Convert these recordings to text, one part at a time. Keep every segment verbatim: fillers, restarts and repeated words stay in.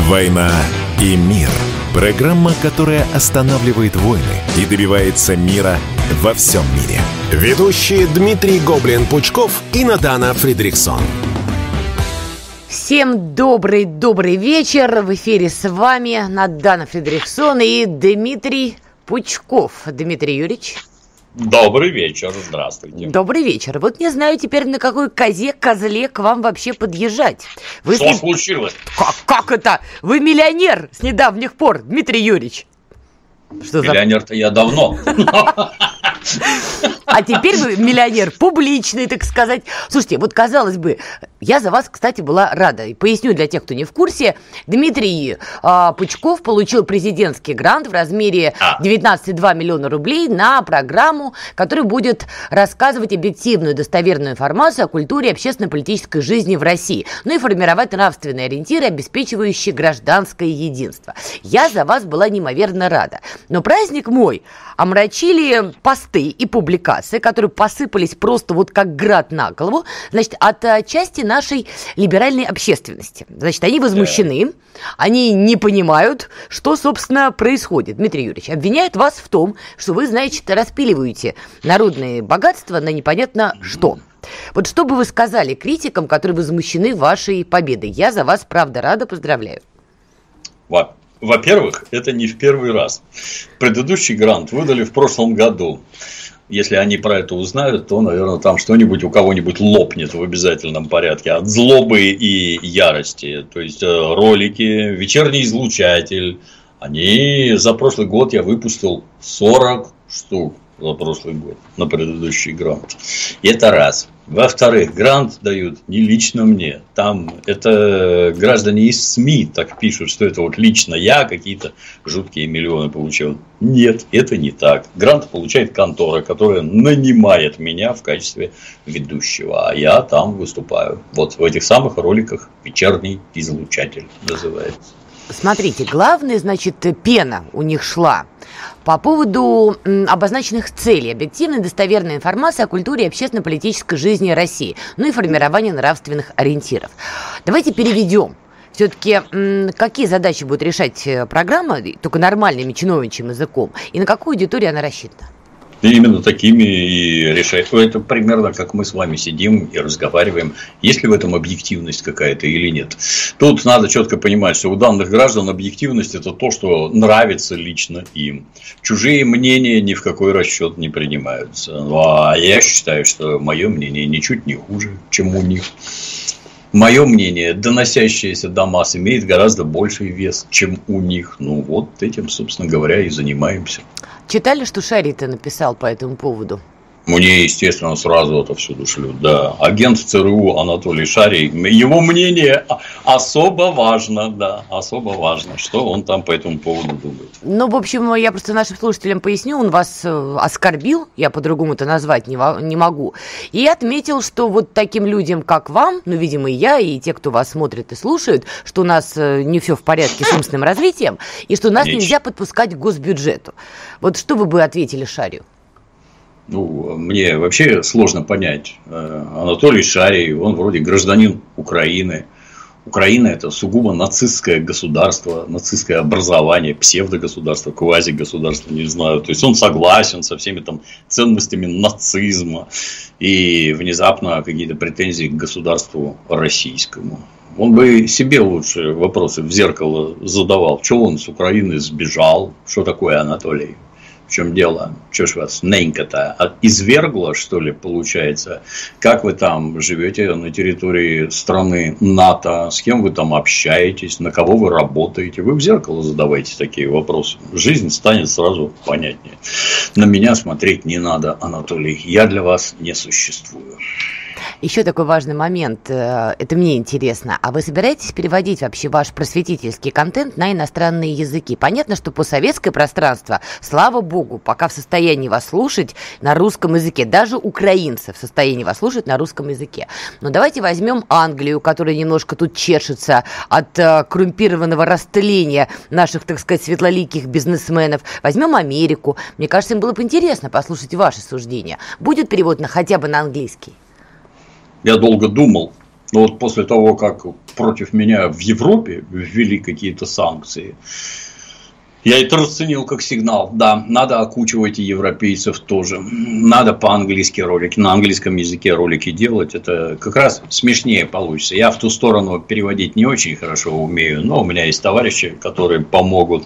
«Война и мир». Программа, которая останавливает войны и добивается мира во всем мире. Ведущие Дмитрий Гоблин-Пучков и Надана Фридрихсон. Всем добрый-добрый вечер. В эфире с вами Надана Фридрихсон и Дмитрий Пучков. Дмитрий Юрьевич. Добрый вечер, здравствуйте. Добрый вечер. Вот не знаю теперь, на какой козе, козле к вам вообще подъезжать. Вы Что с... случилось? Как, как это? Вы миллионер с недавних пор, Дмитрий Юрьевич. Что Миллионер-то за... я давно. А теперь вы миллионер публичный, так сказать. Слушайте, вот казалось бы, я за вас, кстати, была рада. И поясню для тех, кто не в курсе. Дмитрий э, Пучков получил президентский грант в размере девятнадцать целых два миллиона рублей на программу, которая будет рассказывать объективную достоверную информацию о культуре и общественно-политической жизни в России, ну и формировать нравственные ориентиры, обеспечивающие гражданское единство. Я за вас была неимоверно рада. Но праздник мой омрачили посты и публикации, которые посыпались просто вот как град на голову, значит, от части нашей либеральной общественности. Значит, они возмущены, они не понимают, что, собственно, происходит. Дмитрий Юрьевич, обвиняют вас в том, что вы, значит, распиливаете народные богатства на непонятно что. Вот что бы вы сказали критикам, которые возмущены вашей победой? Я за вас, правда, рада, поздравляю. Вот. Во-первых, это не в первый раз. Предыдущий грант выдали в прошлом году. Если они про это узнают, то, наверное, там что-нибудь у кого-нибудь лопнет в обязательном порядке от злобы и ярости. То есть ролики, вечерний излучатель. Они за прошлый год я выпустил сорок штук за прошлый год на предыдущий грант. И это раз. Во-вторых, грант дают не лично мне. Там это граждане из СМИ так пишут, что это вот лично я какие-то жуткие миллионы получил. Нет, это не так. Грант получает контора, которая нанимает меня в качестве ведущего. А я там выступаю. Вот в этих самых роликах «Вечерний излучатель» называется. Смотрите, главное, значит, пена у них шла по поводу м, обозначенных целей, объективной достоверной информации о культуре и общественно-политической жизни России, ну и формирования нравственных ориентиров. Давайте переведем. Все-таки м, какие задачи будет решать программа, только нормальным чиновничьим языком, и на какую аудиторию она рассчитана? И именно такими и решать. Это примерно как мы с вами сидим и разговариваем, есть ли в этом объективность какая-то или нет. Тут надо четко понимать, что у данных граждан объективность – это то, что нравится лично им. Чужие мнения ни в какой расчет не принимаются. А я считаю, что мое мнение ничуть не хуже, чем у них. Мое мнение, доносящееся до масс, имеет гораздо больший вес, чем у них. Ну, вот этим, собственно говоря, и занимаемся. Читали, что Шарий-то написал по этому поводу? Мне, естественно, сразу это всюду шлют. Да. Агент ЦРУ Анатолий Шарий. Его мнение особо важно, да, особо важно, что он там по этому поводу думает. Ну, в общем, я просто нашим слушателям поясню, он вас оскорбил, я по-другому это назвать не, не могу, и отметил, что вот таким людям, как вам, ну, видимо, и я, и те, кто вас смотрит и слушают, что у нас не все в порядке с умственным развитием, и что нас Конечно. Нельзя подпускать к госбюджету. Вот что вы бы ответили Шарию? Ну, мне вообще сложно понять. Анатолий Шарий, он вроде гражданин Украины. Украина – это сугубо нацистское государство, нацистское образование, псевдогосударство, квазигосударство, не знаю. То есть, он согласен со всеми там ценностями нацизма. И внезапно какие-то претензии к государству российскому. Он бы себе лучше вопросы в зеркало задавал. Чего он с Украины сбежал? Что такое Анатолий? В чем дело? Что ж вас ненька-то извергло, что ли, получается? Как вы там живете на территории страны НАТО? С кем вы там общаетесь? На кого вы работаете? Вы в зеркало задавайте такие вопросы. Жизнь станет сразу понятнее. На меня смотреть не надо, Анатолий. Я для вас не существую. Еще такой важный момент, это мне интересно. А вы собираетесь переводить вообще ваш просветительский контент на иностранные языки? Понятно, что постсоветское пространство, слава богу, пока в состоянии вас слушать на русском языке. Даже украинцы в состоянии вас слушать на русском языке. Но давайте возьмем Англию, которая немножко тут чешется от э, коррумпированного растления наших, так сказать, светлоликих бизнесменов. Возьмем Америку. Мне кажется, им было бы интересно послушать ваши суждения. Будет перевод на хотя бы на английский? Я долго думал Но вот после того, как против меня в Европе ввели какие-то санкции, я это расценил как сигнал. Да, надо окучивать и европейцев тоже. Надо по-английски ролики, на английском языке ролики делать. Это как раз смешнее получится. Я в ту сторону переводить не очень хорошо умею, но у меня есть товарищи, которые помогут.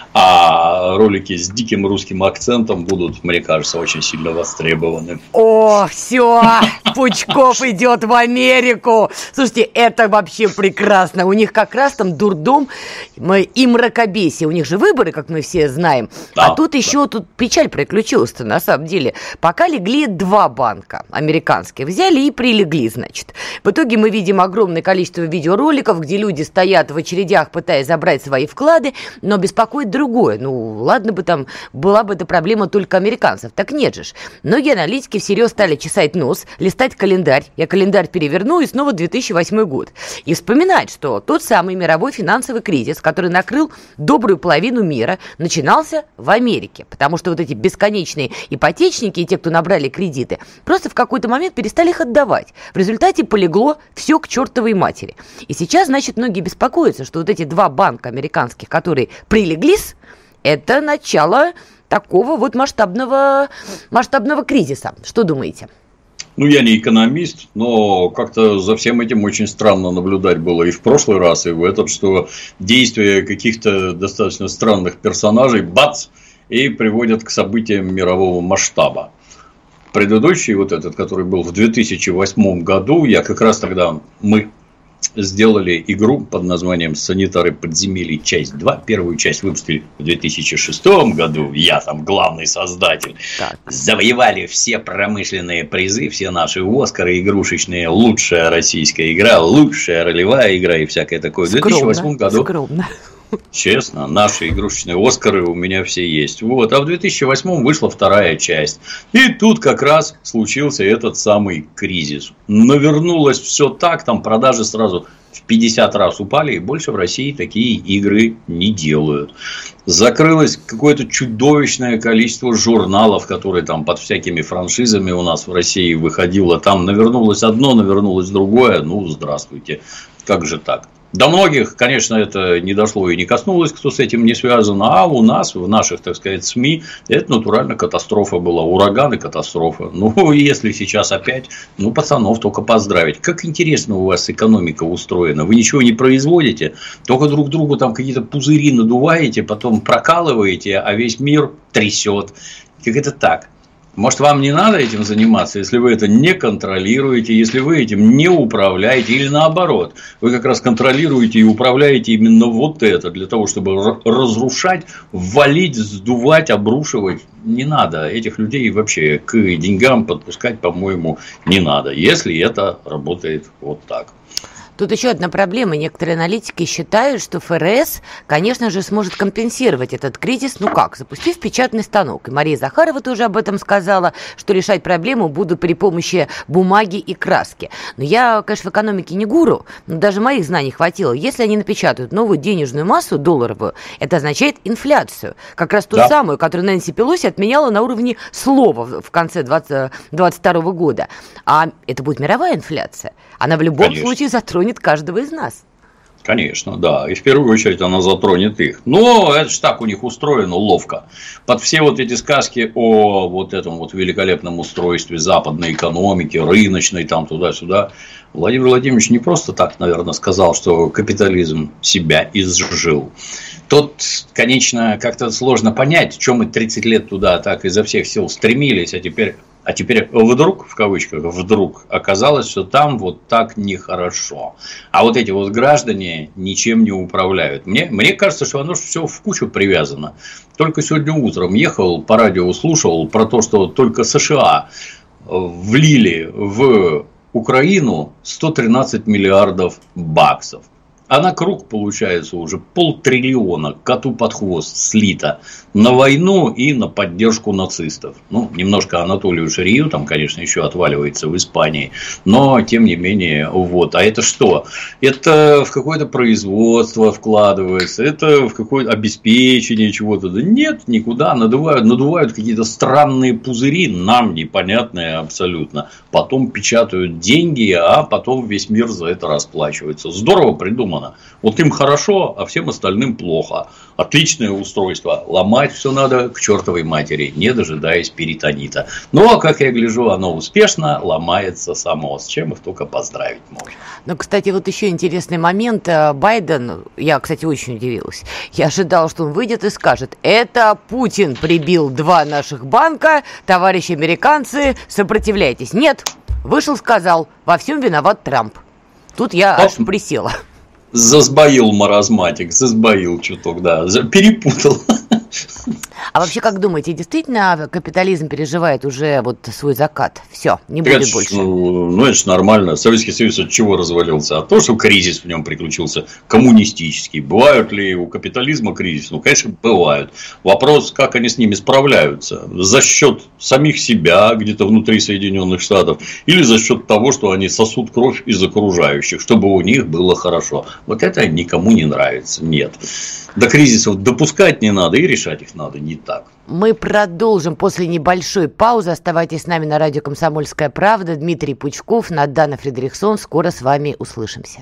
А ролики с диким русским акцентом будут, мне кажется, очень сильно востребованы. О, все, Пучков идет в Америку. Слушайте, это вообще прекрасно. У них как раз там дурдом и мракобесие. У них же выборы, как мы все знаем. Да, а тут да. еще тут печаль приключилась-то, на самом деле. Пока легли два банка американские. Взяли и прилегли, значит. В итоге мы видим огромное количество видеороликов, где люди стоят в очередях, пытаясь забрать свои вклады, но беспокоит другое. Ну, ладно бы там была бы эта проблема только американцев. Так нет же ж. Многие аналитики всерьез стали чесать нос, листать календарь. Я календарь переверну, и снова две тысячи восьмой год. И вспоминать, что тот самый мировой финансовый кризис, который накрыл добрую половину мира, начинался в Америке. Потому что вот эти бесконечные ипотечники и те, кто набрали кредиты, просто в какой-то момент перестали их отдавать. В результате полегло все к чертовой матери. И сейчас, значит, многие беспокоятся, что вот эти два банка американских, которые прилеглись, это начало такого вот масштабного, масштабного кризиса. Что думаете? Ну, я не экономист, но как-то за всем этим очень странно наблюдать было и в прошлый раз, и в этот, что действия каких-то достаточно странных персонажей, бац, и приводят к событиям мирового масштаба. Предыдущий, вот этот, который был в две тысячи восьмом году, я как раз тогда, мы сделали игру под названием «Санитары подземелий. Часть два». Первую часть выпустили в две тысячи шестом году. Я там главный создатель. Так. Завоевали все промышленные призы, все наши Оскары игрушечные. Лучшая российская игра, лучшая ролевая игра и всякое такое. В две тысячи восьмом году. Скромно. Честно, наши игрушечные Оскары у меня все есть. Вот. А в две тысячи восьмом вышла вторая часть. И тут как раз случился этот самый кризис. Навернулось все так, там продажи сразу в пятьдесят раз упали, и больше в России такие игры не делают. Закрылось какое-то чудовищное количество журналов, которые там под всякими франшизами у нас в России выходило. Там навернулось одно, навернулось другое. Ну, здравствуйте. Как же так? До многих, конечно, это не дошло и не коснулось, кто с этим не связан. А у нас, в наших, так сказать, СМИ, это натурально катастрофа была. Ураган и катастрофа. Ну, если сейчас опять, ну, пацанов только поздравить. Как интересно у вас экономика устроена. Вы ничего не производите, только друг другу там какие-то пузыри надуваете, потом прокалываете, а весь мир трясет. Как это так? Может, вам не надо этим заниматься, если вы это не контролируете, если вы этим не управляете, или наоборот, вы как раз контролируете и управляете именно вот это, для того, чтобы разрушать, валить, сдувать, обрушивать. Не надо этих людей вообще к деньгам подпускать, по-моему, не надо, если это работает вот так. Тут еще одна проблема. Некоторые аналитики считают, что ФРС, конечно же, сможет компенсировать этот кризис. Ну как? Запустив печатный станок. И Мария Захарова тоже об этом сказала, что решать проблему будут при помощи бумаги и краски. Но я, конечно, в экономике не гуру, но даже моих знаний хватило. Если они напечатают новую денежную массу долларовую, это означает инфляцию. Как раз ту да. самую, которую Нэнси Пелоси отменяла на уровне слова в конце двадцать второго года. А это будет мировая инфляция. Она в любом конечно. случае затронет каждого из нас. Конечно, да. И в первую очередь она затронет их. Но это же так у них устроено ловко. Под все вот эти сказки о вот этом вот великолепном устройстве западной экономики, рыночной, там туда-сюда, Владимир Владимирович не просто так, наверное, сказал, что капитализм себя изжил. Тут, конечно, как-то сложно понять, чем мы тридцать лет туда так изо всех сил стремились, а теперь... А теперь вдруг, в кавычках, вдруг оказалось, что там вот так нехорошо. А вот эти вот граждане ничем не управляют. Мне, мне кажется, что оно все в кучу привязано. Только сегодня утром ехал, по радио слушал про то, что только США влили в Украину сто тринадцать миллиардов баксов. А на круг получается уже полтриллиона коту под хвост слито на войну и на поддержку нацистов. Ну, немножко Анатолию Шарию там, конечно, еще отваливается в Испании. Но, тем не менее, вот. А это что? Это в какое-то производство вкладывается, это в какое-то обеспечение чего-то. Да нет, никуда. Надувают, надувают какие-то странные пузыри, нам непонятные абсолютно. Потом печатают деньги, а потом весь мир за это расплачивается. Здорово придумано. Вот им хорошо, а всем остальным плохо. Отличное устройство. Ломать все надо к чертовой матери, не дожидаясь перитонита. Но, как я гляжу, оно успешно ломается само. С чем их только поздравить можно. Ну, кстати, вот еще интересный момент. Байден, я, кстати, очень удивилась. Я ожидала, что он выйдет и скажет: это Путин прибил два наших банка, товарищи американцы, сопротивляйтесь. Нет, вышел, сказал: во всем виноват Трамп. Тут я аж присела. Засбоил маразматик, засбоил чуток, да, перепутал. А вообще, как думаете, действительно капитализм переживает уже вот свой закат? Все, не будет это больше. Ж, ну, ну, это же нормально. Советский Союз от чего развалился? От того, что кризис в нем приключился коммунистический. Бывают ли у капитализма кризис? Ну, конечно, бывают. Вопрос, как они с ними справляются. За счет самих себя, где-то внутри Соединенных Штатов, или за счет того, что они сосут кровь из окружающих, чтобы у них было хорошо. Вот это никому не нравится. Нет. До кризисов допускать не надо, и решать их надо не так. Мы продолжим после небольшой паузы. Оставайтесь с нами на радио «Комсомольская правда». Дмитрий Пучков, Надана Фридрихсон. Скоро с вами услышимся.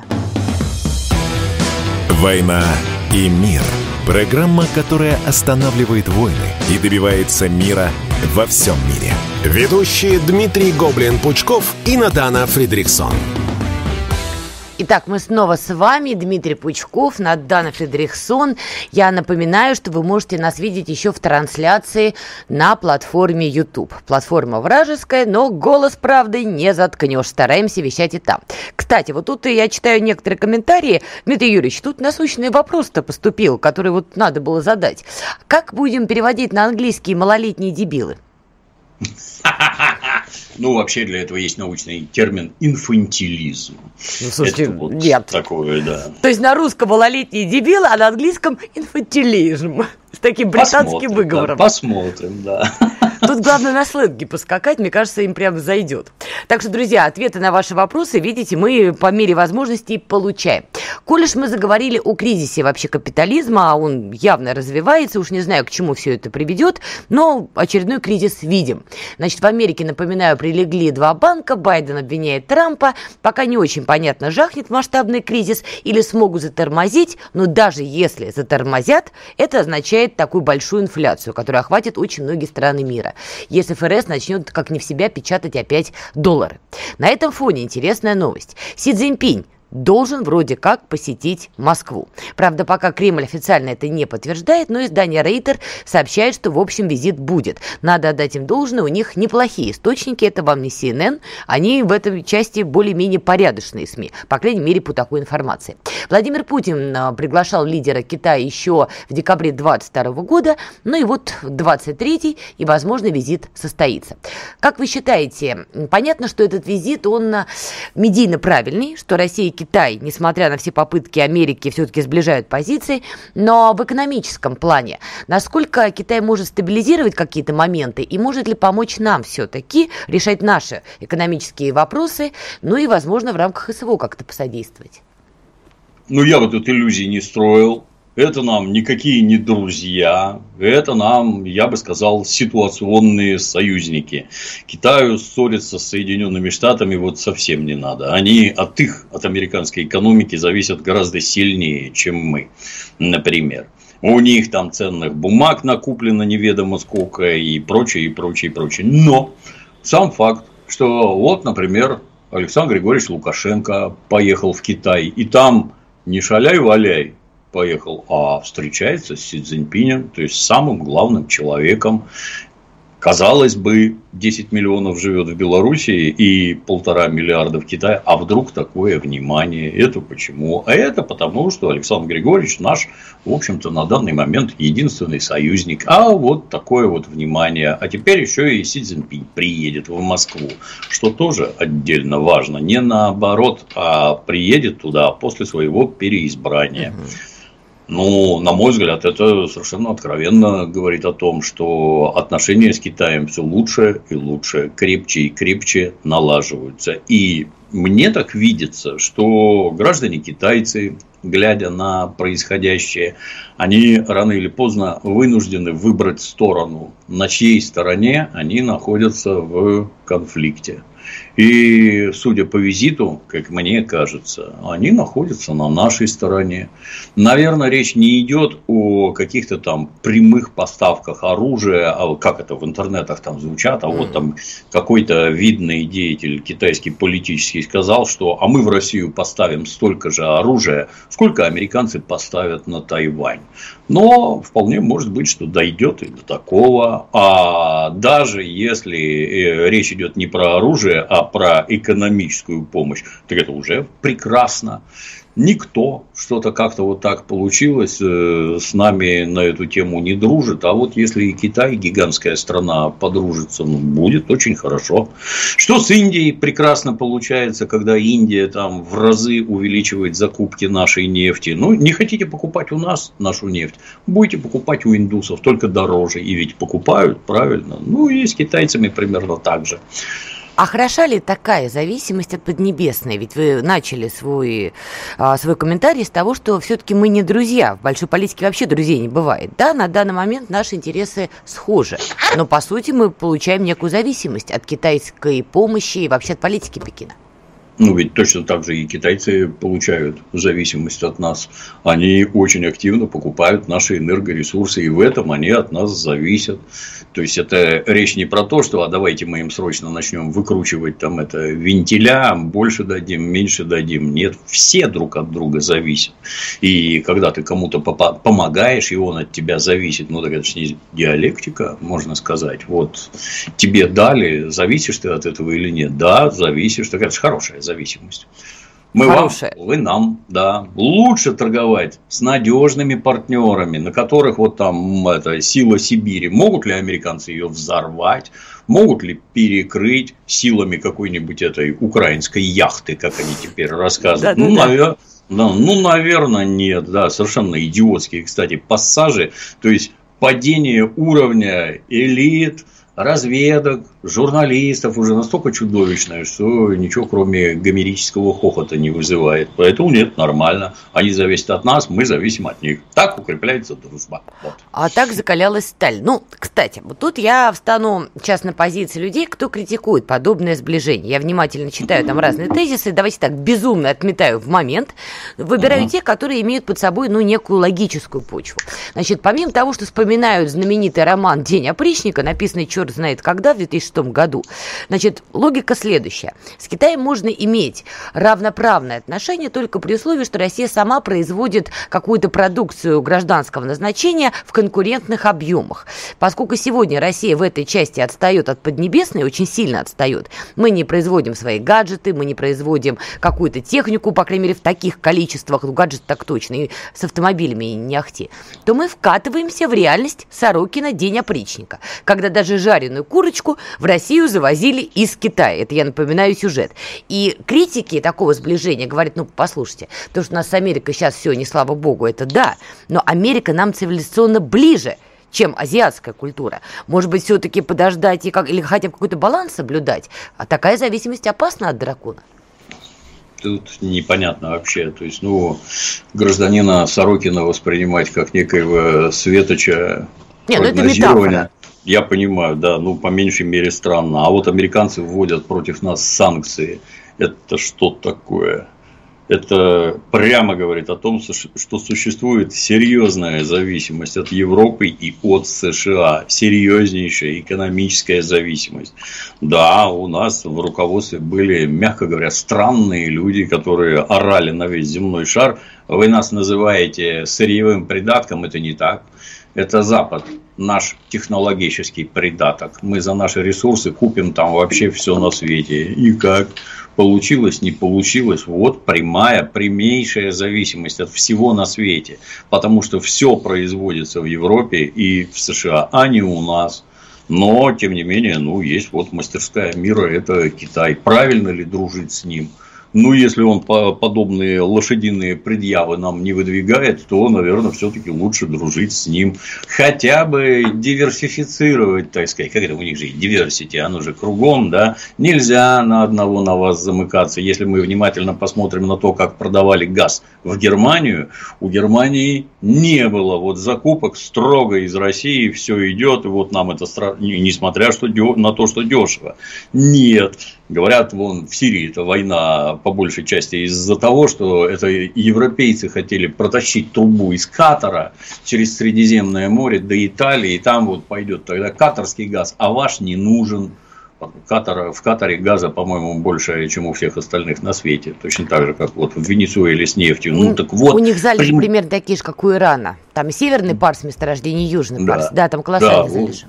«Война и мир». Программа, которая останавливает войны и добивается мира во всем мире. Ведущие Дмитрий Гоблин-Пучков и Надана Фридрихсон. Итак, мы снова с вами, Дмитрий Пучков, Надана Фридрихсон. Я напоминаю, что вы можете нас видеть еще в трансляции на платформе YouTube. Платформа вражеская, но голос правды не заткнешь. Стараемся вещать и там. Кстати, вот тут я читаю некоторые комментарии. Дмитрий Юрьевич, тут насущный вопрос-то поступил, который вот надо было задать. Как будем переводить на английский «малолетние дебилы»? Ну, вообще для этого есть научный термин инфантилизм. Ну, слушайте, вот нет. Такое, да. То есть на русском малолетние дебилы, а на английском инфантилизм. С таким британским посмотрим, выговором. Да, посмотрим, да. Тут главное на сленге поскакать, мне кажется, им прям зайдет. Так что, друзья, ответы на ваши вопросы, видите, мы по мере возможностей получаем. Коль уж мы заговорили о кризисе вообще капитализма, а он явно развивается, уж не знаю, к чему все это приведет, но очередной кризис видим. Значит, в Америке, напоминаю, прилегли два банка, Байден обвиняет Трампа, пока не очень понятно, жахнет масштабный кризис или смогут затормозить, но даже если затормозят, это означает такую большую инфляцию, которая охватит очень многие страны мира, если ФРС начнет как не в себя печатать опять доллары. На этом фоне интересная новость. Си Цзиньпинь должен вроде как посетить Москву. Правда, пока Кремль официально это не подтверждает, но издание Рейтер сообщает, что в общем визит будет. Надо отдать им должное, у них неплохие источники, это вам не Си Эн Эн, они в этой части более-менее порядочные СМИ, по крайней мере, по такой информации. Владимир Путин приглашал лидера Китая еще в декабре двадцать второго года, ну и вот двадцать третий, и, возможно, визит состоится. Как вы считаете, понятно, что этот визит, он медийно правильный, что Россия и Китай, несмотря на все попытки Америки, все-таки сближают позиции, но в экономическом плане, насколько Китай может стабилизировать какие-то моменты и может ли помочь нам все-таки решать наши экономические вопросы, ну и, возможно, в рамках СВО как-то посодействовать? Ну, я вот тут иллюзий не строил. Это нам никакие не друзья, это нам, я бы сказал, ситуационные союзники. Китаю ссориться с Соединенными Штатами вот совсем не надо. Они от их, от американской экономики зависят гораздо сильнее, чем мы, например. У них там ценных бумаг накуплено неведомо сколько и прочее, и прочее, и прочее. Но сам факт, что вот, например, Александр Григорьевич Лукашенко поехал в Китай, и там не шаляй-валяй поехал, а встречается с Си Цзиньпинем, то есть самым главным человеком Казалось бы, десять миллионов живет в Белоруссии и полтора миллиарда в Китае. А вдруг такое внимание? Это почему? А это потому, что Александр Григорьевич наш, в общем-то, на данный момент единственный союзник. А вот такое вот внимание. А теперь еще и Си Цзиньпинь приедет в Москву, что тоже отдельно важно. Не наоборот, а приедет туда после своего переизбрания. Ну, на мой взгляд, это совершенно откровенно говорит о том, что отношения с Китаем все лучше и лучше, крепче и крепче налаживаются. И мне так видится, что граждане китайцы, глядя на происходящее, они рано или поздно вынуждены выбрать сторону, на чьей стороне они находятся в конфликте. И, судя по визиту, как мне кажется, они находятся на нашей стороне. Наверное, речь не идет о каких-то там прямых поставках оружия, а как это в интернетах там звучат, а вот там какой-то видный деятель китайский политический сказал, что а мы в Россию поставим столько же оружия, сколько американцы поставят на Тайвань. Но вполне может быть, что дойдет и до такого. А даже если речь идет не про оружие, а про экономическую помощь, так это уже прекрасно. Никто что-то как-то вот так получилось с нами на эту тему не дружит. А вот если и Китай, гигантская страна, подружится, ну, будет очень хорошо. Что с Индией прекрасно получается, когда Индия там в разы увеличивает закупки нашей нефти. Ну, не хотите покупать у нас нашу нефть, будете покупать у индусов, только дороже. И ведь покупают, правильно. Ну, и с китайцами примерно так же. А хороша ли такая зависимость от Поднебесной? Ведь вы начали свой, свой комментарий с того, что все-таки мы не друзья. В большой политике вообще друзей не бывает. Да, на данный момент наши интересы схожи. Но, по сути, мы получаем некую зависимость от китайской помощи и вообще от политики Пекина. Ну, ведь точно так же и китайцы получают зависимость от нас. Они очень активно покупают наши энергоресурсы, и в этом они от нас зависят. То есть, это речь не про то, что а давайте мы им срочно начнем выкручивать там это вентиля, больше дадим, меньше дадим. Нет, все друг от друга зависят. И когда ты кому-то помогаешь, и он от тебя зависит, ну, так это же не диалектика, можно сказать. Вот тебе дали, зависишь ты от этого или нет? Да, зависишь. Так это же хорошая зависимость. Мы Хорошая. вам, вы нам, да. Лучше торговать с надежными партнерами, на которых вот там это, сила Сибири. Могут ли американцы ее взорвать? Могут ли перекрыть силами какой-нибудь этой украинской яхты, как они теперь рассказывают? Да, ну, да, навер... да, ну, наверное, нет. Да, совершенно идиотские, кстати, пассажи. То есть, падение уровня элит, разведок, журналистов уже настолько чудовищное, что ничего кроме гомерического хохота не вызывает. Поэтому нет, нормально. Они зависят от нас, мы зависим от них. Так укрепляется дружба. Вот. А так закалялась сталь. Ну, кстати, вот тут я встану сейчас на позиции людей, кто критикует подобное сближение. Я внимательно читаю там разные тезисы. Давайте так, безумно отметаю в момент. Выбираю uh-huh. те, которые имеют под собой, ну, некую логическую почву. Значит, помимо того, что вспоминают знаменитый роман «День опричника», написанный черт знает когда, в две тысячи шестом году. Значит, логика следующая. С Китаем можно иметь равноправное отношение только при условии, что Россия сама производит какую-то продукцию гражданского назначения в конкурентных объемах. Поскольку сегодня Россия в этой части отстает от Поднебесной, очень сильно отстает, мы не производим свои гаджеты, мы не производим какую-то технику, по крайней мере, в таких количествах, ну, гаджеты так точно, и с автомобилями не ахти, то мы вкатываемся в реальность Сорокина «День опричника», когда даже жареную курочку в Россию завозили из Китая. Это я напоминаю сюжет. И критики такого сближения говорят, ну, послушайте, то, что у нас с Америкой сейчас все, не слава богу, это да, но Америка нам цивилизационно ближе, чем азиатская культура. Может быть, все-таки подождать и как, или хотя бы какой-то баланс соблюдать. А такая зависимость опасна от дракона. Тут непонятно вообще. То есть, ну, гражданина Сорокина воспринимать как некоего светоча Не, ну это метафора. Я понимаю, да, ну, по меньшей мере странно. А вот американцы вводят против нас санкции. Это что такое? Это прямо говорит о том, что существует серьезная зависимость от Европы и от США. Серьезнейшая экономическая зависимость. Да, у нас в руководстве были, мягко говоря, странные люди, которые орали на весь земной шар. Вы нас называете сырьевым придатком, это не так. Это Запад, наш технологический придаток. Мы за наши ресурсы купим там вообще все на свете. И как? Получилось, не получилось. Вот прямая, прямейшая зависимость от всего на свете. Потому что все производится в Европе и в США, а не у нас. Но, тем не менее, ну, есть вот мастерская мира, это Китай. Правильно ли дружить с ним? Ну, если он подобные лошадиные предъявы нам не выдвигает, то, наверное, все-таки лучше дружить с ним. Хотя бы диверсифицировать, так сказать, как это у них же diversity, оно же кругом, да. Нельзя на одного на вас замыкаться. Если мы внимательно посмотрим на то, как продавали газ в Германию, у Германии не было вот закупок строго из России, все идет, и вот нам это страшно, несмотря что, на то, что дешево. Нет. Говорят, вон в Сирии эта война по большей части из-за того, что это европейцы хотели протащить трубу из Катара через Средиземное море до Италии, и там вот пойдет тогда катарский газ, а ваш не нужен. Катара, в Катаре газа, по-моему, больше, чем у всех остальных на свете. Точно так же, как вот в Венесуэле с нефтью. Ну, так вот, у них залежи прям... примерно такие же, как у Ирана. Там северный парс месторождения, южный да, парс. Да, там колоссальные да, залежи.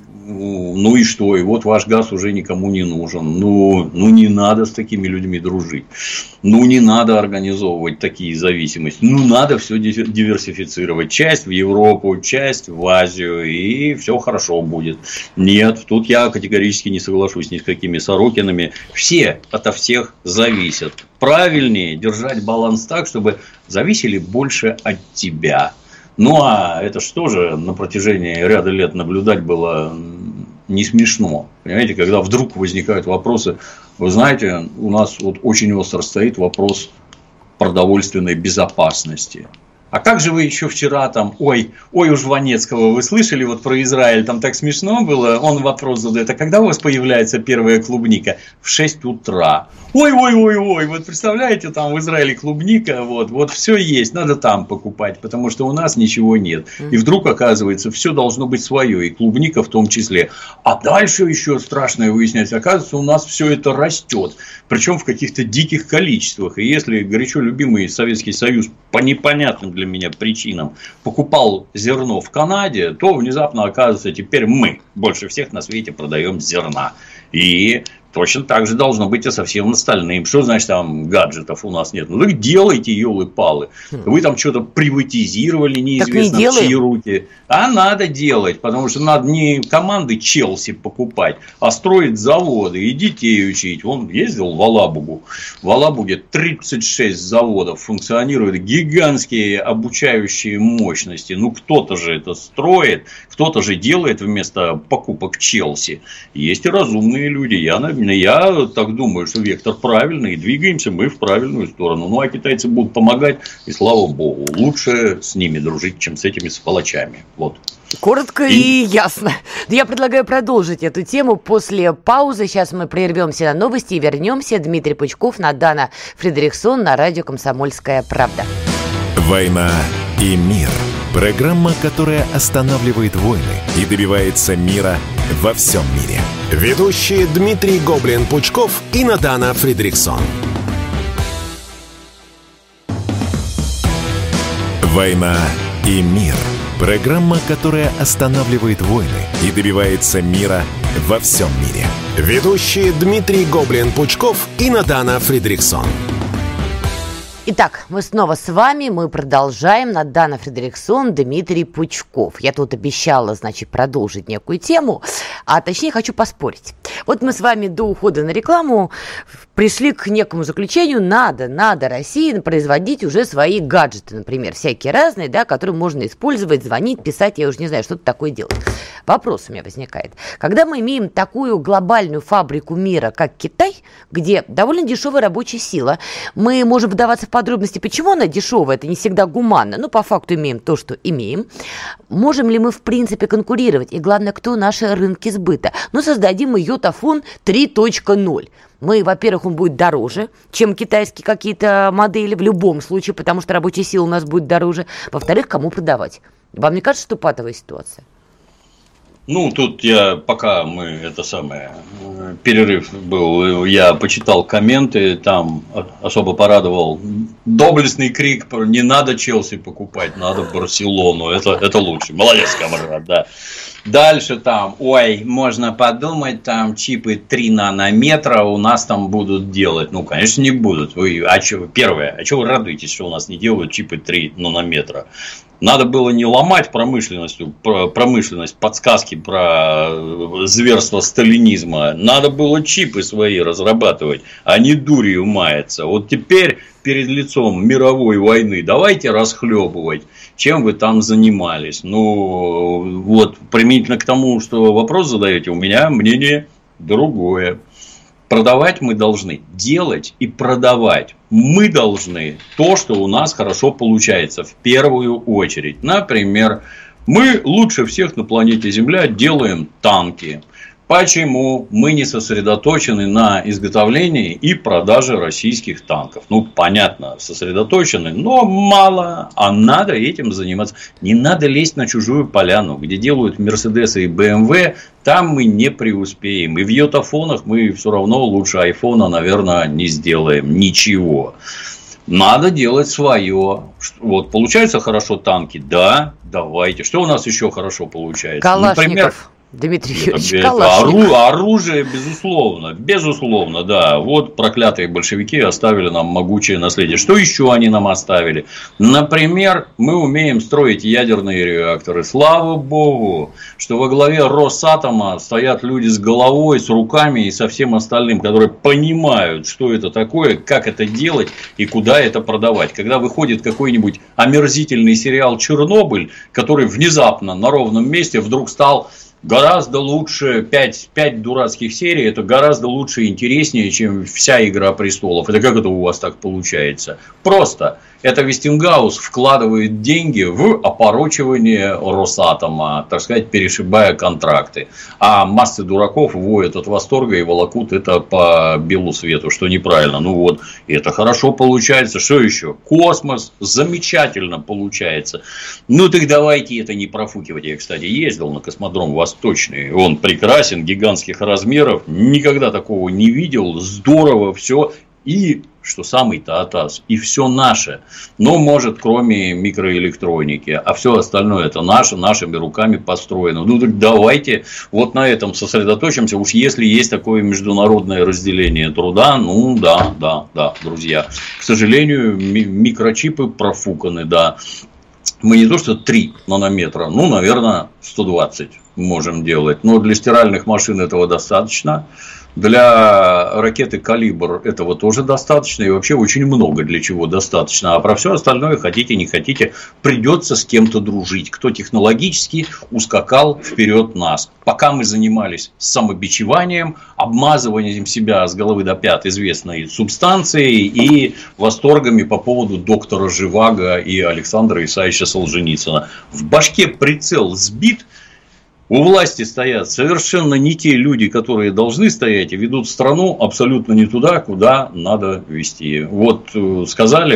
Ну и что? И вот ваш газ уже никому не нужен. Ну, ну не надо с такими людьми дружить. Ну не надо организовывать такие зависимости. Ну надо все диверсифицировать. Часть в Европу, часть в Азию. И все хорошо будет. Нет, тут я категорически не соглашусь ни с какими Сорокинами. Все ото всех зависят. Правильнее держать баланс так, чтобы зависели больше от тебя. Ну, а это что же на протяжении ряда лет наблюдать было не смешно. Понимаете, когда вдруг возникают вопросы. Вы знаете, у нас вот очень остро стоит вопрос продовольственной безопасности. А как же вы еще вчера там, ой, ой, у Жванецкого, вы слышали вот про Израиль, там так смешно было, он вопрос задает, а когда у вас появляется первая клубника? В шесть утра. Ой, ой, ой, ой, вот представляете, там в Израиле клубника, вот, вот все есть, надо там покупать, потому что у нас ничего нет. И вдруг оказывается, все должно быть свое, и клубника в том числе. А дальше еще страшное выясняется, оказывается, у нас все это растет, причем в каких-то диких количествах. И если горячо любимый Советский Союз по непонятным для меня причинам покупал зерно в Канаде, то внезапно оказывается, теперь мы больше всех на свете продаем зерна. И точно так же должно быть и со всем остальным. Что значит, там гаджетов у нас нет? Ну, так делайте, елы-палы. Вы там что-то приватизировали, неизвестно не в чьи руки. А надо делать, потому что надо не команды Челси покупать, а строить заводы и детей учить. Он ездил в Алабугу. В Алабуге тридцать шесть заводов функционируют, гигантские обучающие мощности. Ну, кто-то же это строит, кто-то же делает вместо покупок Челси. Есть и разумные люди. Я, я так думаю, что вектор правильный, и двигаемся мы в правильную сторону. Ну, а китайцы будут помогать, и слава богу, лучше с ними дружить, чем с этими сволочами. Вот. Коротко и... и ясно. Я предлагаю продолжить эту тему после паузы. Сейчас мы прервемся на новости и вернемся. Дмитрий Пучков, Надана Фридрихсон на радио «Комсомольская правда». «Война и мир». Программа, которая останавливает войны и добивается мира во всем мире. Ведущие Дмитрий Гоблин-Пучков и Надана Фридрихсон. «Война и мир». Программа, которая останавливает войны и добивается мира во всем мире. Ведущие Дмитрий Гоблин-Пучков и Надана Фридрихсон. Итак, мы снова с вами, мы продолжаем. Надана Фридрихсон, Дмитрий Пучков. Я тут обещала, значит, продолжить некую тему, а точнее хочу поспорить. Вот мы с вами до ухода на рекламу пришли к некому заключению, надо, надо России производить уже свои гаджеты, например, всякие разные, да, которые можно использовать, звонить, писать, я уже не знаю, что-то такое делать. Вопрос у меня возникает. Когда мы имеем такую глобальную фабрику мира, как Китай, где довольно дешевая рабочая сила, мы можем вдаваться в подробности, почему она дешевая, это не всегда гуманно, но по факту имеем то, что имеем. Можем ли мы, в принципе, конкурировать? И главное, кто наши рынки сбыта? Ну, создадим йотафон три точка ноль. Мы, во-первых, он будет дороже, чем китайские какие-то модели в любом случае, потому что рабочая сила у нас будет дороже. Во-вторых, кому продавать? Вам не кажется, что патовая ситуация? Ну, тут я, пока мы, это самое, перерыв был, я почитал комменты, там особо порадовал доблестный крик, не надо Челси покупать, надо Барселону, это, это лучше, молодец, камрад, да. Дальше там, ой, можно подумать, там чипы три нанометра у нас там будут делать. Ну, конечно, не будут. Вы, а что, первое, а что вы радуетесь, что у нас не делают чипы три нанометра? Надо было не ломать промышленностью, промышленность, подсказки про зверство сталинизма. Надо было чипы свои разрабатывать, а не дурью маяться. Вот теперь перед лицом мировой войны давайте расхлебывать, чем вы там занимались. Ну, вот, применительно к тому, что вопрос задаете, у меня мнение другое. Продавать мы должны делать и продавать. Мы должны то, что у нас хорошо получается, в первую очередь. Например, мы лучше всех на планете Земля делаем танки. Почему мы не сосредоточены на изготовлении и продаже российских танков? Ну, понятно, сосредоточены, но мало, а надо этим заниматься. Не надо лезть на чужую поляну, где делают Мерседесы и бэ эм вэ, там мы не преуспеем. И в йотафонах мы все равно лучше айфона, наверное, не сделаем ничего. Надо делать свое. Вот, получаются хорошо танки? Да, давайте. Что у нас еще хорошо получается? Калашников. Например, Дмитрий Юрьевич, Калашников. Оружие, безусловно, безусловно, да. Вот проклятые большевики оставили нам могучее наследие. Что еще они нам оставили? Например, мы умеем строить ядерные реакторы. Слава богу, что во главе Росатома стоят люди с головой, с руками и со всем остальным, которые понимают, что это такое, как это делать и куда это продавать. Когда выходит какой-нибудь омерзительный сериал «Чернобыль», который внезапно на ровном месте вдруг стал гораздо лучше, пять, пять дурацких серий, это гораздо лучше и интереснее, чем вся «Игра престолов». Это как это у вас так получается? Просто это Вестингаус вкладывает деньги в опорочивание Росатома, так сказать, перешибая контракты. А массы дураков воют от восторга и волокут это по белу свету, что неправильно. Ну вот, это хорошо получается. Что еще? Космос замечательно получается. Ну так давайте это не профукивать. Я, кстати, ездил на космодром Восточный. Он прекрасен, гигантских размеров. Никогда такого не видел. Здорово все. И, что самый-то атас, и все наше. Но, может, кроме микроэлектроники. А все остальное это наше, нашими руками построено. Ну, так давайте вот на этом сосредоточимся. Уж если есть такое международное разделение труда, ну, да, да, да, друзья. К сожалению, микрочипы профуканы, да. Мы не то, что три нанометра, ну, наверное, сто двадцать можем делать. Но для стиральных машин этого достаточно. Для ракеты «Калибр» этого тоже достаточно. И вообще очень много для чего достаточно. А про все остальное, хотите, не хотите, придется с кем-то дружить. Кто технологически ускакал вперед нас. Пока мы занимались самобичеванием, обмазыванием себя с головы до пят известной субстанцией и восторгами по поводу доктора Живаго и Александра Исаевича Солженицына. В башке прицел сбит. У власти стоят совершенно не те люди, которые должны стоять, и ведут страну абсолютно не туда, куда надо вести. Вот сказали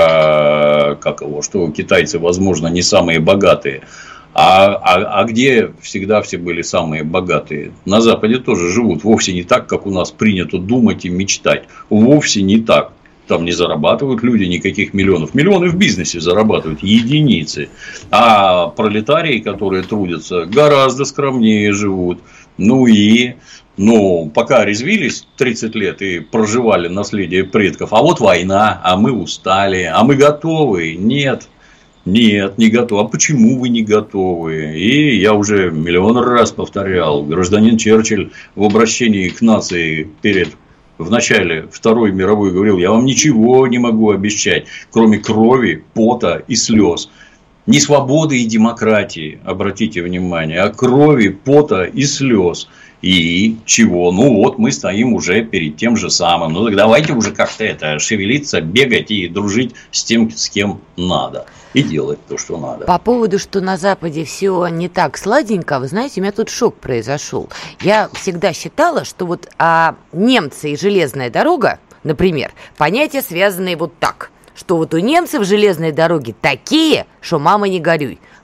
про, как его, что китайцы, возможно, не самые богатые. А, а, а где всегда все были самые богатые? На Западе тоже живут вовсе не так, как у нас принято думать и мечтать. Вовсе не так. Там не зарабатывают люди никаких миллионов. Миллионы в бизнесе зарабатывают единицы. А пролетарии, которые трудятся, гораздо скромнее живут. Ну и, ну, пока резвились тридцать лет и проживали наследие предков. А вот война, а мы устали, а мы готовы. Нет. Нет, не готовы. А почему вы не готовы? И я уже миллион раз повторял. Гражданин Черчилль в обращении к нации перед в начале Второй мировой говорил: я вам ничего не могу обещать, кроме крови, пота и слез. Не свободы и демократии, обратите внимание, а крови, пота и слез. И чего? Ну вот мы стоим уже перед тем же самым. Ну так давайте уже как-то это шевелиться, бегать и дружить с тем, с кем надо. И делать то, что надо. По поводу, что на Западе все не так сладенько, вы знаете, у меня тут шок произошел. Я всегда считала, что вот а, немцы и железная дорога, например, понятия связанные вот так. Что вот у немцев железные дороги такие, что мама не горюй.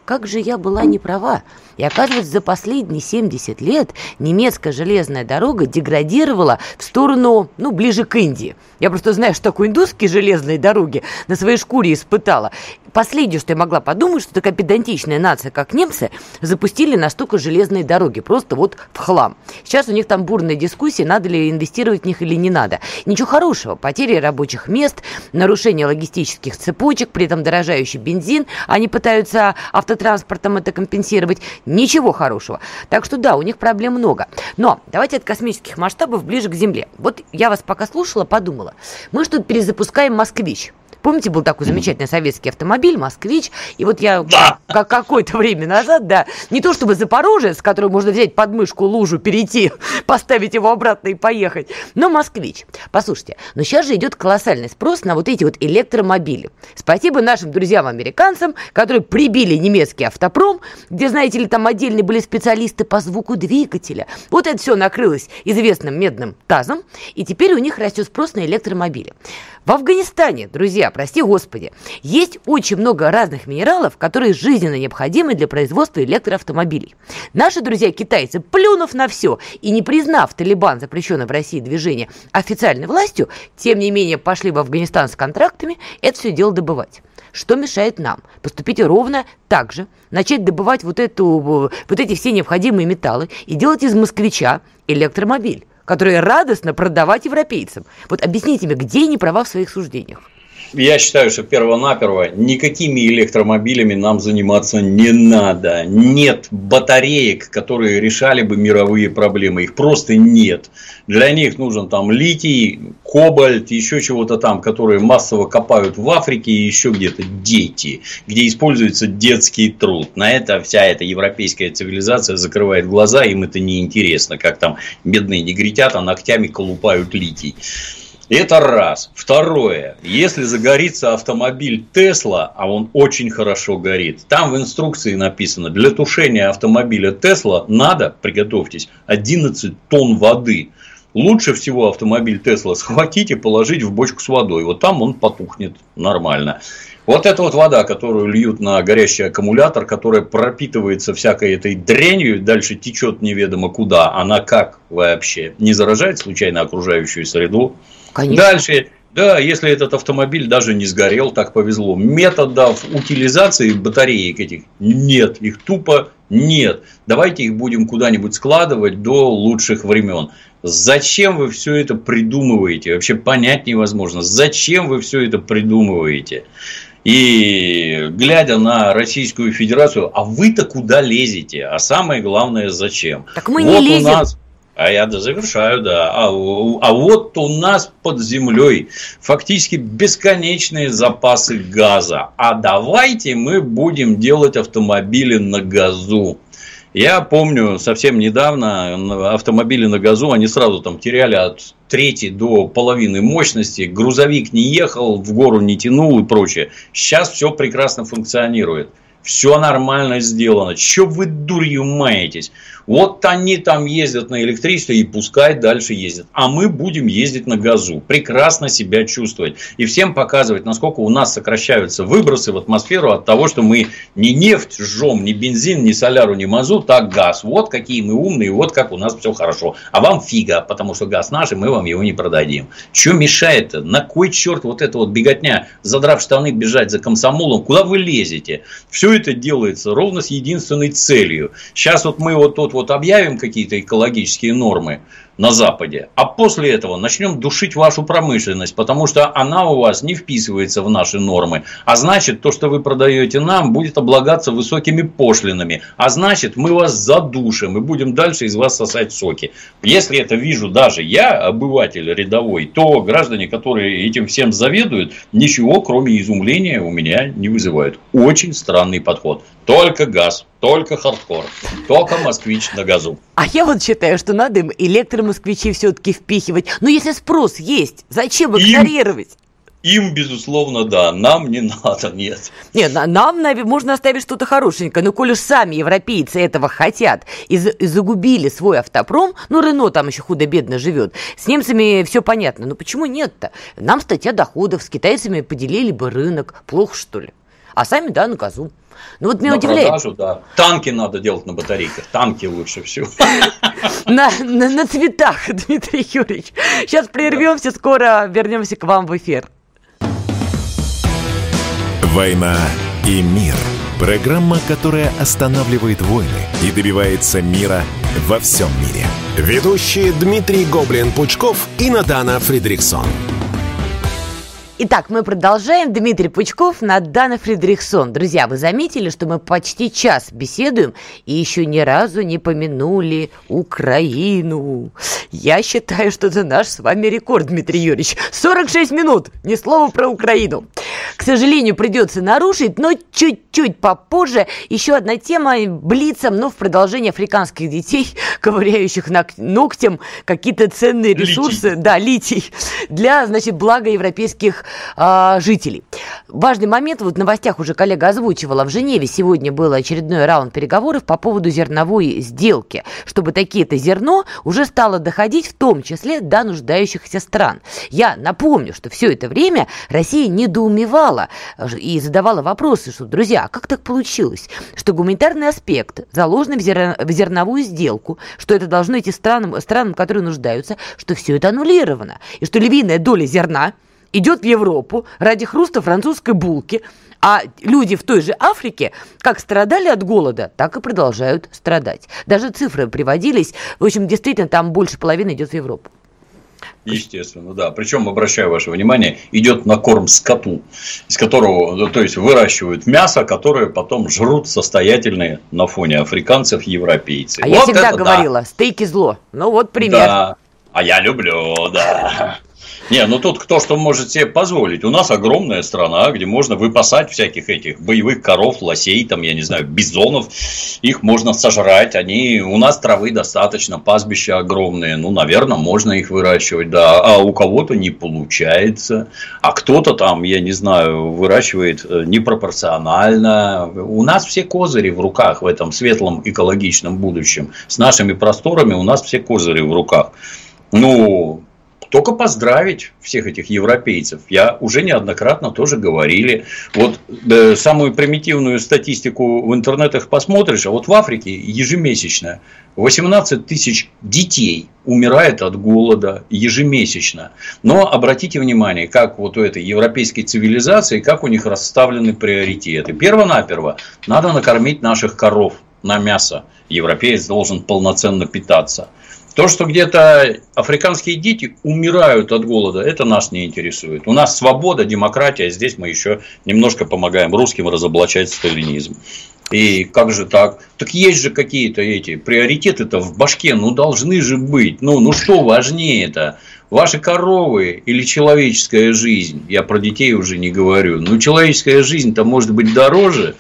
как же я была не права. И оказывается, за последние семьдесят лет немецкая железная дорога деградировала в сторону, ну, ближе к Индии. Я просто знаю, что такое индусские железные дороги, на своей шкуре испытала. Последнее, что я могла подумать, что такая педантичная нация, как немцы, запустили настолько железные дороги, просто вот в хлам. Сейчас у них там бурная дискуссия, надо ли инвестировать в них или не надо. Ничего хорошего. Потери рабочих мест, нарушение логистических цепочек, при этом дорожающий бензин. Они пытаются автотранспортом это компенсировать. Ничего хорошего. Так что да, у них проблем много. Но давайте от космических масштабов ближе к Земле. Вот я вас пока слушала, подумала. Мы что-то перезапускаем «Москвич». Помните, был такой замечательный советский автомобиль «Москвич», и вот я да. как какое-то время назад, да, не то чтобы «Запорожец», с которого можно взять под мышку лужу, перейти, поставить его обратно и поехать, но «Москвич». Послушайте, но сейчас же идет колоссальный спрос на вот эти вот электромобили. Спасибо нашим друзьям-американцам, которые прибили немецкий автопром, где, знаете ли, там отдельные были специалисты по звуку двигателя. Вот это все накрылось известным медным тазом, и теперь у них растет спрос на электромобили. В Афганистане, друзья, прости господи, есть очень много разных минералов, которые жизненно необходимы для производства электроавтомобилей. Наши друзья-китайцы, плюнув на все и не признав Талибан запрещенное в России движение официальной властью, тем не менее пошли в Афганистан с контрактами это все дело добывать. Что мешает нам поступить ровно так же, начать добывать вот, эту, вот эти все необходимые металлы и делать из «Москвича» электромобиль, которые радостно продавать европейцам. Вот объясните мне, где они права в своих суждениях? Я считаю, что перво-наперво никакими электромобилями нам заниматься не надо. Нет батареек, которые решали бы мировые проблемы. Их просто нет. Для них нужен там литий, кобальт, еще чего-то там, которые массово копают в Африке и еще где-то дети, где используется детский труд. На это вся эта европейская цивилизация закрывает глаза, им это не интересно, как там бедные негритята ногтями колупают литий. Это раз. Второе. Если загорится автомобиль Тесла, а он очень хорошо горит, там в инструкции написано, для тушения автомобиля Тесла надо, приготовьтесь, одиннадцать тонн воды. Лучше всего автомобиль Тесла схватить и положить в бочку с водой. Вот там он потухнет нормально. Вот эта вот вода, которую льют на горящий аккумулятор, которая пропитывается всякой этой дрянью, дальше течет неведомо куда, она как вообще? Не заражает случайно окружающую среду? Конечно. Дальше, да, если этот автомобиль даже не сгорел, так повезло. Методов утилизации батареек этих нет, их тупо нет. Давайте их будем куда-нибудь складывать до лучших времен. Зачем вы все это придумываете? Вообще понять невозможно. Зачем вы все это придумываете? И глядя на Российскую Федерацию, а вы-то куда лезете? А самое главное, зачем? Так мы вот не лезем. У нас... А я завершаю, да. А, а вот у нас под землей фактически бесконечные запасы газа. А давайте мы будем делать автомобили на газу. Я помню, совсем недавно автомобили на газу, они сразу там теряли от трети до половины мощности. Грузовик не ехал, в гору не тянул и прочее. Сейчас все прекрасно функционирует. Все нормально сделано. Че вы дурью маетесь? Вот они там ездят на электричестве и пускай дальше ездят. А мы будем ездить на газу. Прекрасно себя чувствовать. И всем показывать, насколько у нас сокращаются выбросы в атмосферу от того, что мы не нефть жжем, не бензин, не соляру, не мазут, а газ. Вот какие мы умные, вот как у нас все хорошо. А вам фига, потому что газ наш, и мы вам его не продадим. Че мешает-то? На кой черт вот эта вот беготня, задрав штаны, бежать за комсомолом? Куда вы лезете? Все это делается ровно с единственной целью. Сейчас вот мы вот тут вот объявим какие-то экологические нормы на Западе, а после этого начнем душить вашу промышленность, потому что она у вас не вписывается в наши нормы. А значит, то, что вы продаете нам, будет облагаться высокими пошлинами. А значит, мы вас задушим и будем дальше из вас сосать соки. Если это вижу даже я, обыватель рядовой, то граждане, которые этим всем заведуют, ничего, кроме изумления, у меня не вызывают. Очень странный подход. Только газ, только хардкор, только москвич на газу. А я вот считаю, что надо им электромосквичи все-таки впихивать. Но если спрос есть, зачем игнорировать? Им, им, безусловно, да. Нам не надо, нет. Нет, нам можно оставить что-то хорошенькое. Но коль уж сами европейцы этого хотят и, и загубили свой автопром, ну, Рено там еще худо-бедно живет, с немцами все понятно. Но почему нет-то? Нам статья доходов, с китайцами поделили бы рынок. Плохо, что ли? а сами, да, на газу. Ну вот меня на удивляет. Продажу, да. Танки надо делать на батарейках. Танки лучше всего. На, на, на цветах, Дмитрий Юрьевич. Сейчас прервемся, скоро вернемся к вам в эфир. «Война и мир». Программа, которая останавливает войны и добивается мира во всем мире. Ведущие Дмитрий Гоблин-Пучков и Надана Фридрихсон. Итак, мы продолжаем. Дмитрий Пучков, Надана Фридрихсон. Друзья, вы заметили, что мы почти час беседуем и еще ни разу не помянули Украину. Я считаю, что это наш с вами рекорд, Дмитрий Юрьевич. сорок шесть минут, ни слова про Украину. К сожалению, придется нарушить, но чуть-чуть попозже. Еще одна тема блицом, но в продолжении африканских детей, ковыряющих ногтем какие-то ценные ресурсы, литий. да, литий, для, значит, блага европейских а, жителей. Важный момент, вот в новостях уже коллега озвучивала, в Женеве сегодня был очередной раунд переговоров по поводу зерновой сделки, чтобы такие-то зерно уже стало доходить в том числе до нуждающихся стран. Я напомню, что все это время Россия недоумевала и задавала вопросы, что, друзья, а как так получилось, что гуманитарный аспект заложен в, зер... в зерновую сделку, что это должно идти странам, странам, которые нуждаются, что все это аннулировано, и что львиная доля зерна идет в Европу ради хруста французской булки, а люди в той же Африке как страдали от голода, так и продолжают страдать. Даже цифры приводились, в общем, действительно, там больше половины идет в Европу. Естественно, да. Причем, обращаю ваше внимание, идет на корм скоту, из которого, то есть, выращивают мясо, которое потом жрут состоятельные на фоне африканцев европейцы. А вот я всегда это, говорила, да. Стейки зло. Ну вот пример. Да. А я люблю, да. Не, ну тут кто что может себе позволить. У нас огромная страна, где можно выпасать всяких этих боевых коров, лосей, там, я не знаю, бизонов. Их можно сожрать. Они... У нас травы достаточно, пастбища огромные. Ну, наверное, можно их выращивать, да. А у кого-то не получается. А кто-то там, я не знаю, выращивает непропорционально. У нас все козыри в руках в этом светлом экологичном будущем. С нашими просторами у нас все козыри в руках. Ну... Только поздравить всех этих европейцев. Я уже неоднократно тоже говорили. Вот да, самую примитивную статистику в интернетах посмотришь, а вот в Африке ежемесячно восемнадцать тысяч детей умирает от голода ежемесячно. Но обратите внимание, как вот у этой европейской цивилизации, как у них расставлены приоритеты. Перво-наперво надо накормить наших коров на мясо. Европеец должен полноценно питаться. То, что где-то африканские дети умирают от голода, это нас не интересует. У нас свобода, демократия, здесь мы еще немножко помогаем русским разоблачать сталинизм. И как же так? Так есть же какие-то эти приоритеты-то в башке, ну должны же быть. Ну, ну что важнее-то? Ваши коровы или человеческая жизнь? Я про детей уже не говорю. Ну, человеческая жизнь-то может быть дороже.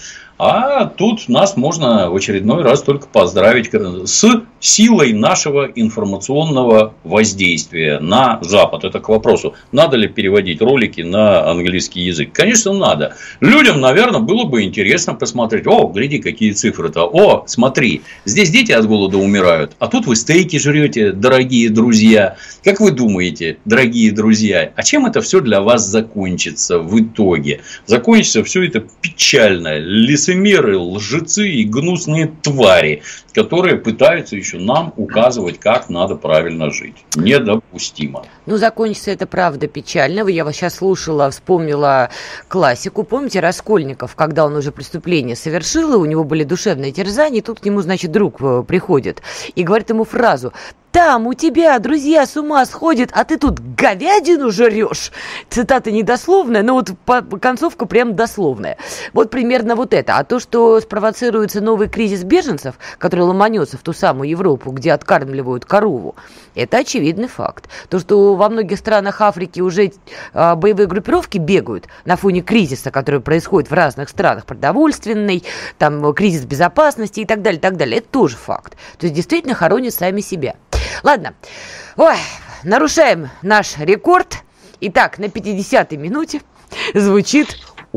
А тут нас можно в очередной раз только поздравить с силой нашего информационного воздействия на Запад. Это к вопросу, надо ли переводить ролики на английский язык. Конечно, надо. Людям, наверное, было бы интересно посмотреть. О, гляди, какие цифры-то. О, смотри, здесь дети от голода умирают, а тут вы стейки жрете, дорогие друзья. Как вы думаете, дорогие друзья, а чем это все для вас закончится в итоге? Закончится все это печально. Лицемеры, лжецы и гнусные твари, которые пытаются еще нам указывать, как надо правильно жить. Недопустимо. Ну, закончится это правда печально. Я вас сейчас слушала, вспомнила классику. Помните Раскольников, когда он уже преступление совершил, и у него были душевные терзания, и тут к нему, значит, друг приходит и говорит ему фразу: «Там у тебя друзья с ума сходят, а ты тут говядину жрешь». Цитата недословная, но вот концовка прям дословная. Вот примерно вот это. А то, что спровоцируется новый кризис беженцев, который ломанется в ту самую Европу, где откармливают корову, это очевидный факт. То, что во многих странах Африки уже а, боевые группировки бегают на фоне кризиса, который происходит в разных странах, продовольственный, там кризис безопасности и так далее, так далее, это тоже факт. То есть действительно хоронят сами себя. Ладно, ой, нарушаем наш рекорд. Итак, на пятидесятой минуте звучит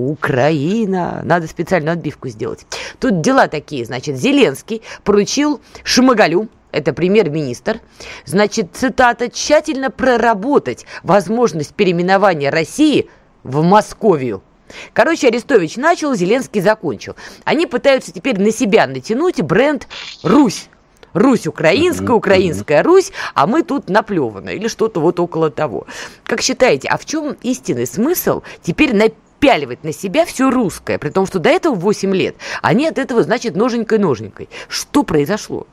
Украина. Надо специальную отбивку сделать. Тут дела такие, значит, Зеленский поручил Шмыгалю, это премьер-министр, значит, цитата, тщательно проработать возможность переименования России в Московию. Короче, Арестович начал, Зеленский закончил. Они пытаются теперь на себя натянуть бренд «Русь». Русь украинская, украинская Русь, а мы тут наплеваны или что-то вот около того. Как считаете, а в чем истинный смысл теперь напяливать на себя все русское, при том, что до этого восемь лет они от этого, значит, ноженькой-ноженькой? Что произошло?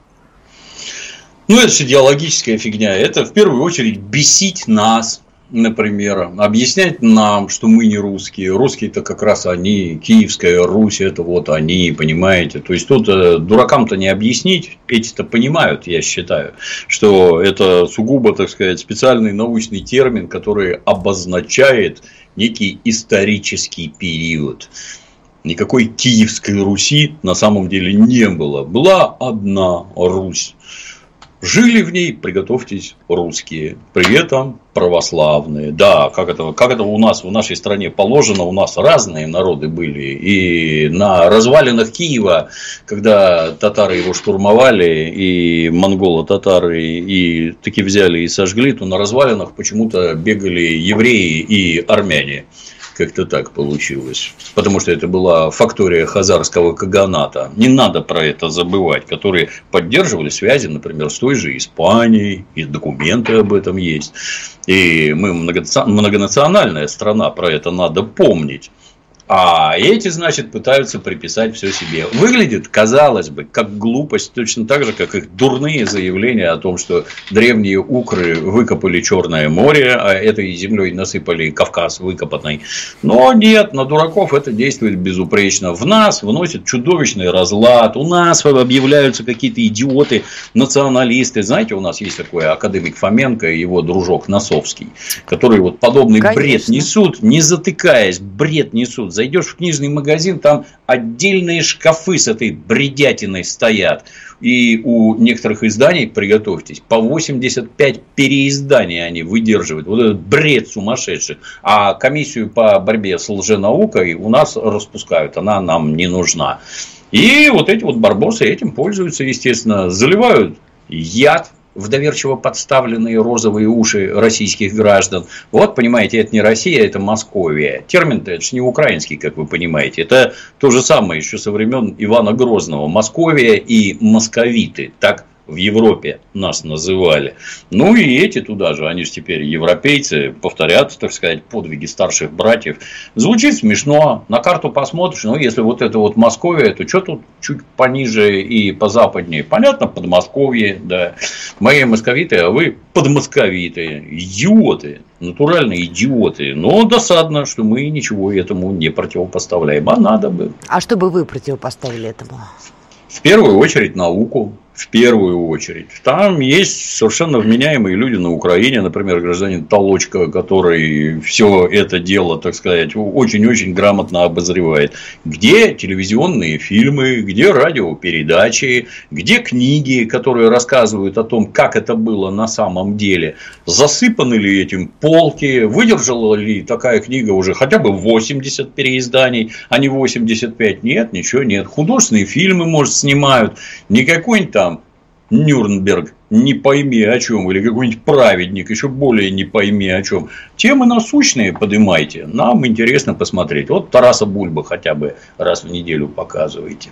Ну, это же идеологическая фигня. Это в первую очередь бесить нас, например, объяснять нам, что мы не русские. Русские-то как раз они, Киевская Русь, это вот они, понимаете. То есть, тут дуракам-то не объяснить, эти-то понимают, я считаю, что это сугубо, так сказать, специальный научный термин, который обозначает некий исторический период. Никакой Киевской Руси на самом деле не было. Была одна Русь. Жили в ней, приготовьтесь, русские, при этом православные. Да, как это, как это у нас в нашей стране положено, у нас разные народы были. И на развалинах Киева, когда татары его штурмовали, и монголо-татары и таки взяли и сожгли, то на развалинах почему-то бегали евреи и армяне. Как-то так получилось. Потому что это была фактория хазарского каганата. Не надо про это забывать. Которые поддерживали связи, например, с той же Испанией. И документы об этом есть. И мы многонациональная страна. Про это надо помнить. А эти, значит, пытаются приписать все себе. Выглядит, казалось бы, как глупость, точно так же, как их дурные заявления о том, что древние укры выкопали Черное море, а этой землей насыпали Кавказ выкопанный. Но нет, на дураков это действует безупречно. В нас вносит чудовищный разлад. У нас объявляются какие-то идиоты, националисты. Знаете, у нас есть такой академик Фоменко и его дружок Носовский, которые вот подобный Конечно. бред несут, не затыкаясь, бред несут. Зайдешь в книжный магазин, там отдельные шкафы с этой бредятиной стоят. И у некоторых изданий, приготовьтесь, по восемьдесят пять переизданий они выдерживают. Вот этот бред сумасшедший. А комиссию по борьбе с лженаукой у нас распускают. Она нам не нужна. И вот эти вот барбосы этим пользуются, естественно. Заливают яд в доверчиво подставленные розовые уши российских граждан. Вот, понимаете, это не Россия, это Московия. Термин-то это же не украинский, как вы понимаете. Это то же самое еще со времен Ивана Грозного. Московия и московиты. Так в Европе нас называли. Ну и эти туда же, они же теперь европейцы, повторят, так сказать, подвиги старших братьев. Звучит смешно, на карту посмотришь, ну если вот это вот Московия, то что тут чуть пониже и позападнее? Понятно, Подмосковье, да. Мои московиты, а вы подмосковиты, идиоты, натуральные идиоты. Но досадно, что мы ничего этому не противопоставляем, а надо бы. А что бы вы противопоставили этому? В первую очередь науку. В первую очередь. Там есть совершенно вменяемые люди на Украине, например, гражданин Толочко, который все это дело, так сказать, очень-очень грамотно обозревает. Где телевизионные фильмы, где радиопередачи, где книги, которые рассказывают о том, как это было на самом деле. Засыпаны ли этим полки, выдержала ли такая книга уже хотя бы восемьдесят переизданий, а не восемьдесят пять. Нет, ничего нет. Художественные фильмы, может, снимают. Не какой-нибудь там Нюрнберг, не пойми о чем, или какой-нибудь праведник, еще более не пойми о чем. Темы насущные поднимайте, нам интересно посмотреть. Вот Тараса Бульба хотя бы раз в неделю показывайте.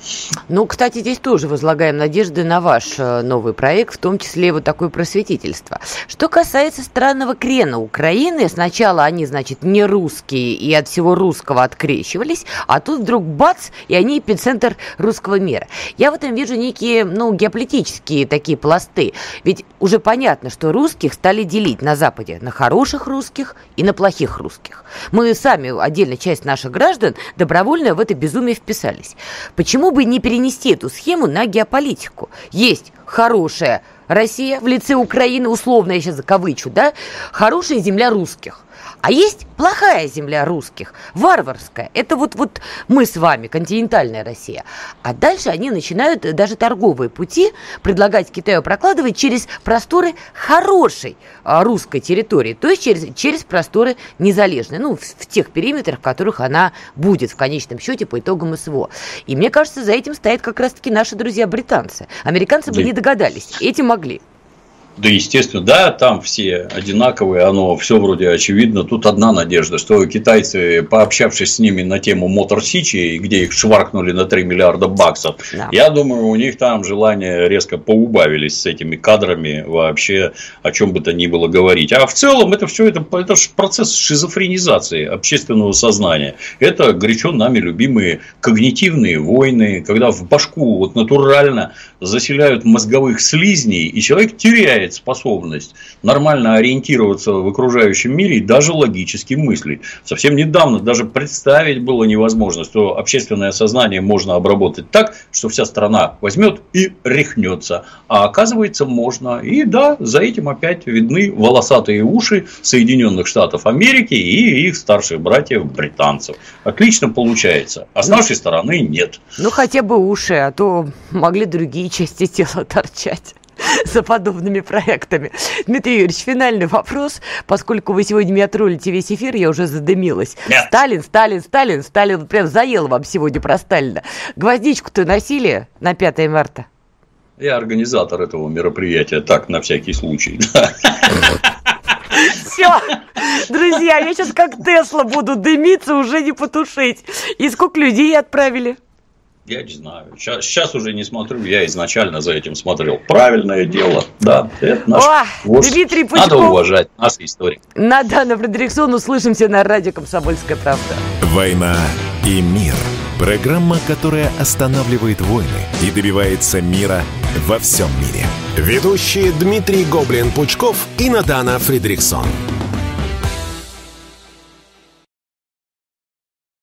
Ну, кстати, здесь тоже возлагаем надежды на ваш новый проект, в том числе вот такое просветительство. Что касается странного крена Украины, сначала они, значит, не русские и от всего русского открещивались, а тут вдруг бац, и они эпицентр русского мира. Я в этом вижу некие, ну, геополитические такие пласты. Ведь уже понятно, что русских стали делить на Западе на хороших русских и на плохих русских. Мы сами, отдельная часть наших граждан, добровольно в это безумие вписались. Почему бы не перенести эту схему на геополитику? Есть хорошая Россия в лице Украины, условно я сейчас закавычу, да, хорошая земля русских. А есть плохая земля русских, варварская. Это вот, вот мы с вами, континентальная Россия. А дальше они начинают даже торговые пути предлагать Китаю прокладывать через просторы хорошей а, русской территории. То есть через, через просторы незалежные. Ну, в, в тех периметрах, в которых она будет в конечном счете по итогам СВО. И мне кажется, за этим стоят как раз-таки наши друзья-британцы. Американцы бы не догадались. Эти могли. Да, естественно, да, там все одинаковые, оно все вроде очевидно. Тут одна надежда, что китайцы, пообщавшись с ними на тему Мотор Сичи, где их шваркнули на три миллиарда баксов, да. Я думаю, у них там желания резко поубавились с этими кадрами вообще о чем бы то ни было говорить. А в целом это все это, это процесс шизофренизации общественного сознания. Это горячо нами любимые когнитивные войны, когда в башку вот натурально заселяют мозговых слизней, и человек теряет способность нормально ориентироваться в окружающем мире и даже логически мыслить. Совсем недавно даже представить было невозможно, что общественное сознание можно обработать так, что вся страна возьмет и рехнется. А оказывается, можно. И да, за этим опять видны волосатые уши Соединенных Штатов Америки и их старших братьев британцев. Отлично получается. А с нашей стороны нет. Ну, хотя бы уши, а то могли другие части тела торчать за подобными проектами. Дмитрий Юрьевич, финальный вопрос. Поскольку вы сегодня меня троллите весь эфир, я уже задымилась. Нет. Сталин, Сталин, Сталин, Сталин. Прям заел вам сегодня про Сталина. Гвоздичку-то носили на пятое марта? Я организатор этого мероприятия, так, на всякий случай. Все, друзья, я сейчас как Тесла буду дымиться, уже не потушить. И сколько людей отправили? Я не знаю. Сейчас, сейчас уже не смотрю. Я изначально за этим смотрел. Правильное дело. Да, это наш вождь. Дмитрий Пучков. Надо уважать наши истории. Надана Фридрихсон. Услышимся на радио «Комсомольская правда». «Война и мир». Программа, которая останавливает войны и добивается мира во всем мире. Ведущие Дмитрий Гоблин-Пучков и Надана Фридрихсон.